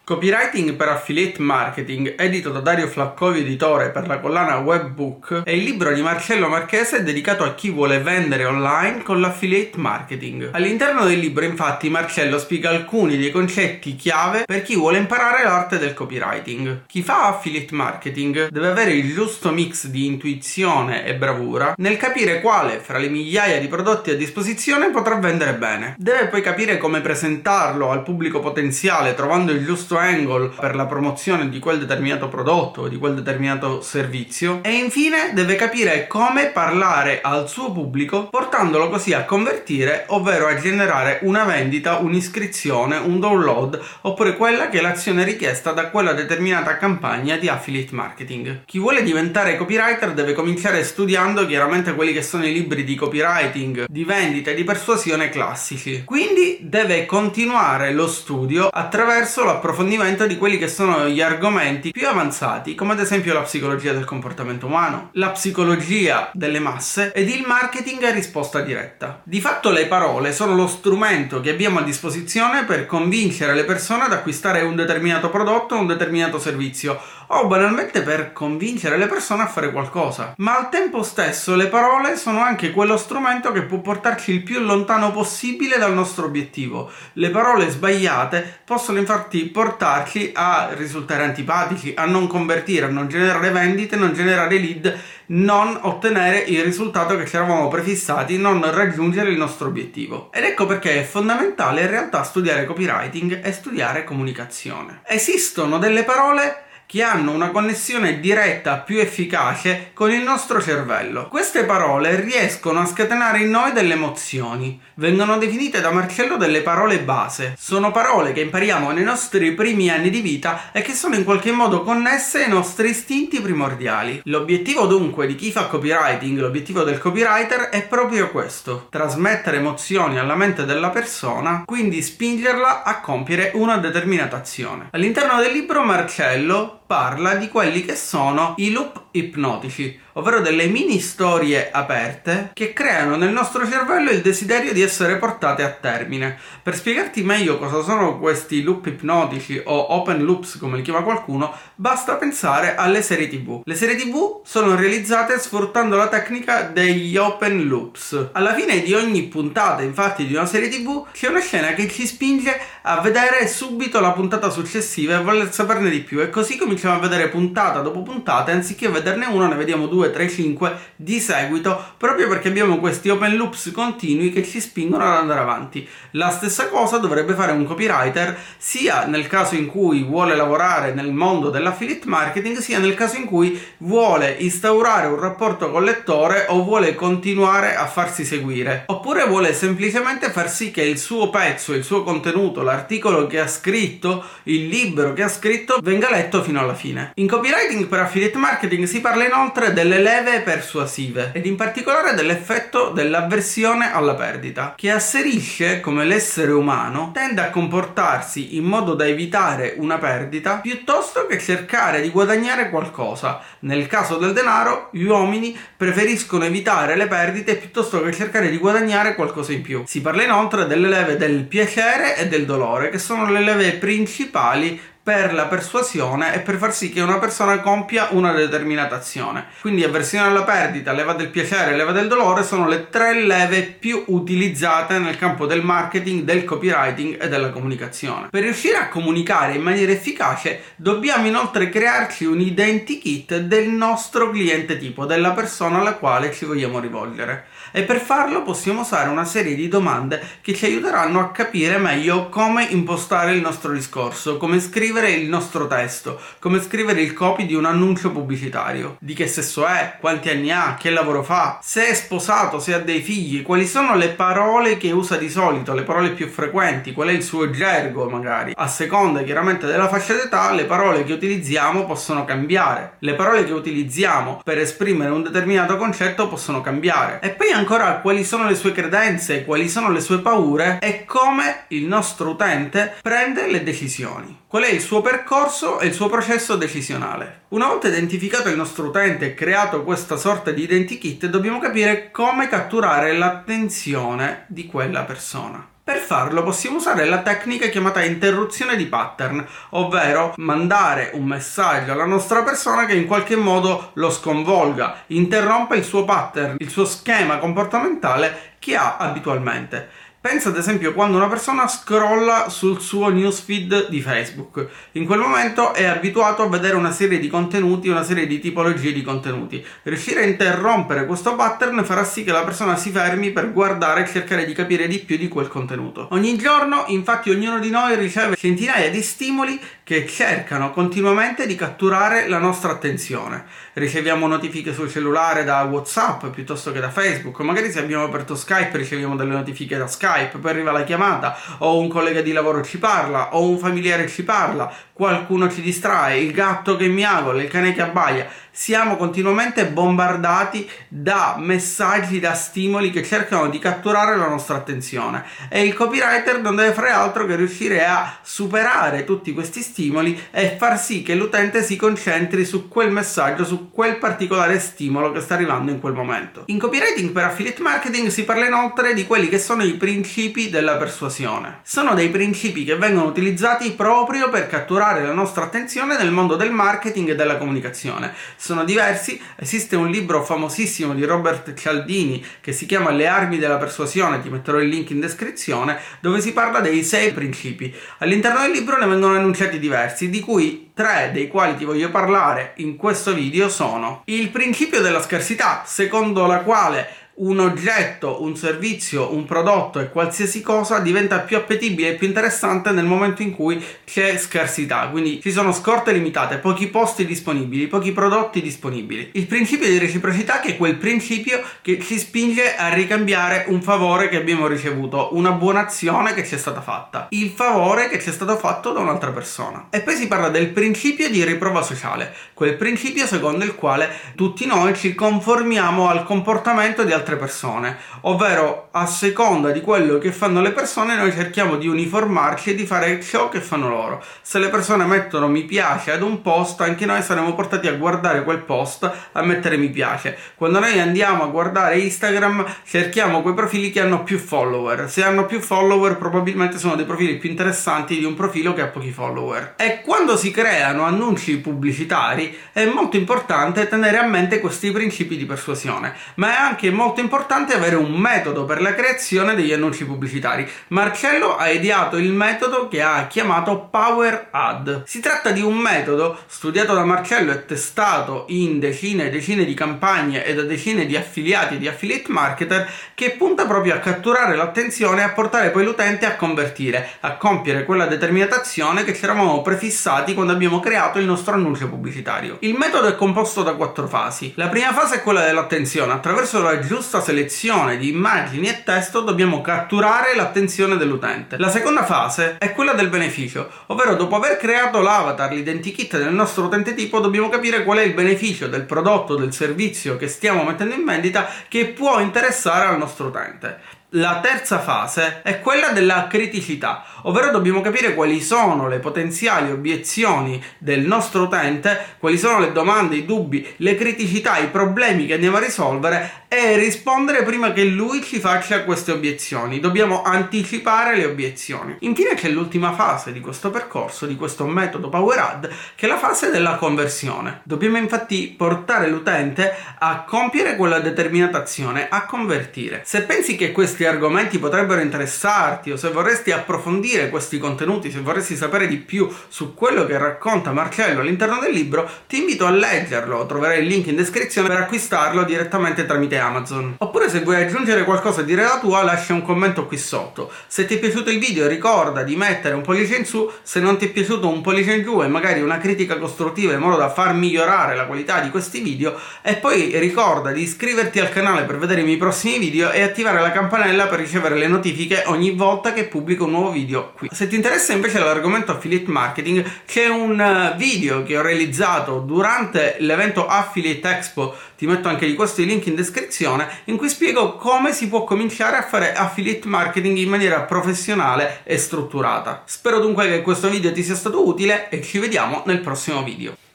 Copywriting per Affiliate Marketing, edito da Dario Flaccovio editore per la collana Webbook, è il libro di Marcello Marchese dedicato a chi vuole vendere online con l'affiliate marketing. All'interno del libro, infatti, Marcello spiega alcuni dei concetti chiave per chi vuole imparare l'arte del copywriting. Chi fa affiliate marketing deve avere il giusto mix di intuizione e bravura nel capire quale, fra le migliaia di prodotti a disposizione, potrà vendere bene. Deve poi capire come presentarlo al pubblico potenziale, trovando il giusto angle per la promozione di quel determinato prodotto o di quel determinato servizio, e infine deve capire come parlare al suo pubblico portandolo così a convertire, ovvero a generare una vendita, un'iscrizione, un download, oppure quella che è l'azione richiesta da quella determinata campagna di affiliate marketing. Chi vuole diventare copywriter deve cominciare studiando chiaramente quelli che sono i libri di copywriting, di vendita e di persuasione classici, quindi deve continuare lo studio attraverso l'approfondimento di quelli che sono gli argomenti più avanzati, come ad esempio la psicologia del comportamento umano, la psicologia delle masse ed il marketing a risposta diretta. Di fatto le parole sono lo strumento che abbiamo a disposizione per convincere le persone ad acquistare un determinato prodotto o un determinato servizio, o banalmente per convincere le persone a fare qualcosa. Ma al tempo stesso le parole sono anche quello strumento che può portarci il più lontano possibile dal nostro obiettivo. Le parole sbagliate possono infatti portarci a risultare antipatici, a non convertire, a non generare vendite, non generare lead, non ottenere il risultato che ci eravamo prefissati, non raggiungere il nostro obiettivo. Ed ecco perché è fondamentale in realtà studiare copywriting e studiare comunicazione. Esistono delle parole che hanno una connessione diretta più efficace con il nostro cervello. Queste parole riescono a scatenare in noi delle emozioni. Vengono definite da Marcello delle parole base. Sono parole che impariamo nei nostri primi anni di vita e che sono in qualche modo connesse ai nostri istinti primordiali. L'obiettivo dunque di chi fa copywriting, l'obiettivo del copywriter è proprio questo: trasmettere emozioni alla mente della persona, quindi spingerla a compiere una determinata azione. All'interno del libro Marcello parla di quelli che sono i loop ipnotici, ovvero delle mini storie aperte che creano nel nostro cervello il desiderio di essere portate a termine. Per spiegarti meglio cosa sono questi loop ipnotici o open loops, come li chiama qualcuno, basta pensare alle serie TV. Le serie TV sono realizzate sfruttando la tecnica degli open loops. Alla fine di ogni puntata, infatti, di una serie TV c'è una scena che ci spinge a vedere subito la puntata successiva e voler saperne di più, e così cominciamo a vedere puntata dopo puntata, e anziché vederne una ne vediamo 2, 3, 5 di seguito, proprio perché abbiamo questi open loops continui che ci spingono ad andare avanti. La stessa cosa dovrebbe fare un copywriter, sia nel caso in cui vuole lavorare nel mondo dell'affiliate marketing, sia nel caso in cui vuole instaurare un rapporto col lettore o vuole continuare a farsi seguire, oppure vuole semplicemente far sì che il suo pezzo, il suo contenuto, l'articolo che ha scritto, il libro che ha scritto venga letto fino alla fine. In copywriting per affiliate marketing si parla inoltre delle leve persuasive ed in particolare dell'effetto dell'avversione alla perdita, che asserisce come l'essere umano tende a comportarsi in modo da evitare una perdita piuttosto che cercare di guadagnare qualcosa. Nel caso del denaro, gli uomini preferiscono evitare le perdite piuttosto che cercare di guadagnare qualcosa in più. Si parla inoltre delle leve del piacere e del dolore, che sono le leve principali per la persuasione e per far sì che una persona compia una determinata azione. Quindi avversione alla perdita, leva del piacere e leva del dolore sono le 3 leve più utilizzate nel campo del marketing, del copywriting e della comunicazione. Per riuscire a comunicare in maniera efficace dobbiamo inoltre crearci un identikit del nostro cliente tipo, della persona alla quale ci vogliamo rivolgere, e per farlo possiamo usare una serie di domande che ci aiuteranno a capire meglio come impostare il nostro discorso, come scrivere il nostro testo, come scrivere il copy di un annuncio pubblicitario, di che sesso è, quanti anni ha, che lavoro fa, se è sposato, se ha dei figli, quali sono le parole che usa di solito, le parole più frequenti, qual è il suo gergo magari. A seconda chiaramente della fascia d'età le parole che utilizziamo possono cambiare, le parole che utilizziamo per esprimere un determinato concetto possono cambiare, e poi ancora quali sono le sue credenze, quali sono le sue paure e come il nostro utente prende le decisioni. Qual è il suo percorso e il suo processo decisionale. Una volta identificato il nostro utente e creato questa sorta di identikit, dobbiamo capire come catturare l'attenzione di quella persona. Per farlo possiamo usare la tecnica chiamata interruzione di pattern, ovvero mandare un messaggio alla nostra persona che in qualche modo lo sconvolga, interrompa il suo pattern, il suo schema comportamentale che ha abitualmente. Pensa ad esempio quando una persona scrolla sul suo newsfeed di Facebook. In quel momento è abituato a vedere una serie di contenuti, una serie di tipologie di contenuti. Riuscire a interrompere questo pattern farà sì che la persona si fermi per guardare e cercare di capire di più di quel contenuto. Ogni giorno, infatti, ognuno di noi riceve centinaia di stimoli che cercano continuamente di catturare la nostra attenzione. Riceviamo notifiche sul cellulare da WhatsApp piuttosto che da Facebook, magari se abbiamo aperto Skype riceviamo delle notifiche da Skype, poi arriva la chiamata, o un collega di lavoro ci parla, o un familiare ci parla, qualcuno ci distrae, il gatto che miagola, il cane che abbaia. Siamo continuamente bombardati da messaggi, da stimoli che cercano di catturare la nostra attenzione, e il copywriter non deve fare altro che riuscire a superare tutti questi stimoli e far sì che l'utente si concentri su quel messaggio, su quel particolare stimolo che sta arrivando in quel momento. In copywriting per affiliate marketing si parla inoltre di quelli che sono i principi della persuasione. Sono dei principi che vengono utilizzati proprio per catturare la nostra attenzione nel mondo del marketing e della comunicazione. Sono diversi, esiste un libro famosissimo di Robert Cialdini che si chiama Le armi della persuasione, ti metterò il link in descrizione, dove si parla dei 6 principi. All'interno del libro ne vengono enunciati diversi, di cui 3 dei quali ti voglio parlare in questo video sono: il principio della scarsità, secondo la quale un oggetto, un servizio, un prodotto e qualsiasi cosa diventa più appetibile e più interessante nel momento in cui c'è scarsità, quindi ci sono scorte limitate, pochi posti disponibili, pochi prodotti disponibili. Il principio di reciprocità, che è quel principio che ci spinge a ricambiare un favore che abbiamo ricevuto, una buona azione che ci è stata fatta, il favore che ci è stato fatto da un'altra persona. E poi si parla del principio di riprova sociale, quel principio secondo il quale tutti noi ci conformiamo al comportamento di altre persone, ovvero a seconda di quello che fanno le persone noi cerchiamo di uniformarci e di fare ciò che fanno loro. Se le persone mettono mi piace ad un post, anche noi saremo portati a guardare quel post, a mettere mi piace. Quando noi andiamo a guardare Instagram cerchiamo quei profili che hanno più follower. Se hanno più follower probabilmente sono dei profili più interessanti di un profilo che ha pochi follower. E quando si creano annunci pubblicitari è molto importante tenere a mente questi principi di persuasione, ma è anche molto importante avere un metodo per la creazione degli annunci pubblicitari. Marcello ha ideato il metodo che ha chiamato Power Ad. Si tratta di un metodo studiato da Marcello e testato in decine e decine di campagne e da decine di affiliati e di affiliate marketer, che punta proprio a catturare l'attenzione e a portare poi l'utente a convertire, a compiere quella determinata azione che ci eravamo prefissati quando abbiamo creato il nostro annuncio pubblicitario. Il metodo è composto da 4 fasi. La prima fase è quella dell'attenzione. Attraverso la giusta selezione di immagini e testo dobbiamo catturare l'attenzione dell'utente. La seconda fase è quella del beneficio, ovvero dopo aver creato l'avatar, l'identikit del nostro utente tipo, dobbiamo capire qual è il beneficio del prodotto, del servizio che stiamo mettendo in vendita che può interessare al nostro utente. La terza fase è quella della criticità, ovvero dobbiamo capire quali sono le potenziali obiezioni del nostro utente, quali sono le domande, i dubbi, le criticità, i problemi che andiamo a risolvere e rispondere prima che lui ci faccia queste obiezioni. Dobbiamo anticipare le obiezioni. Infine c'è l'ultima fase di questo percorso, di questo metodo Power Ad, che è la fase della conversione. Dobbiamo infatti portare l'utente a compiere quella determinata azione, a convertire. Se pensi che questi argomenti potrebbero interessarti, o se vorresti approfondire questi contenuti, se vorresti sapere di più su quello che racconta Marcello all'interno del libro, ti invito a leggerlo. Troverai il link in descrizione per acquistarlo direttamente tramite Amazon. Oppure se vuoi aggiungere qualcosa e dire la tua, lascia un commento qui sotto. Se ti è piaciuto il video ricorda di mettere un pollice in su, se non ti è piaciuto un pollice in giù e magari una critica costruttiva in modo da far migliorare la qualità di questi video, e poi ricorda di iscriverti al canale per vedere i miei prossimi video e attivare la campanella per ricevere le notifiche ogni volta che pubblico un nuovo video qui. Se ti interessa invece l'argomento affiliate marketing, c'è un video che ho realizzato durante l'evento Affiliate Expo, ti metto anche di questo il link in descrizione, in cui spiego come si può cominciare a fare affiliate marketing in maniera professionale e strutturata. Spero dunque che questo video ti sia stato utile e ci vediamo nel prossimo video.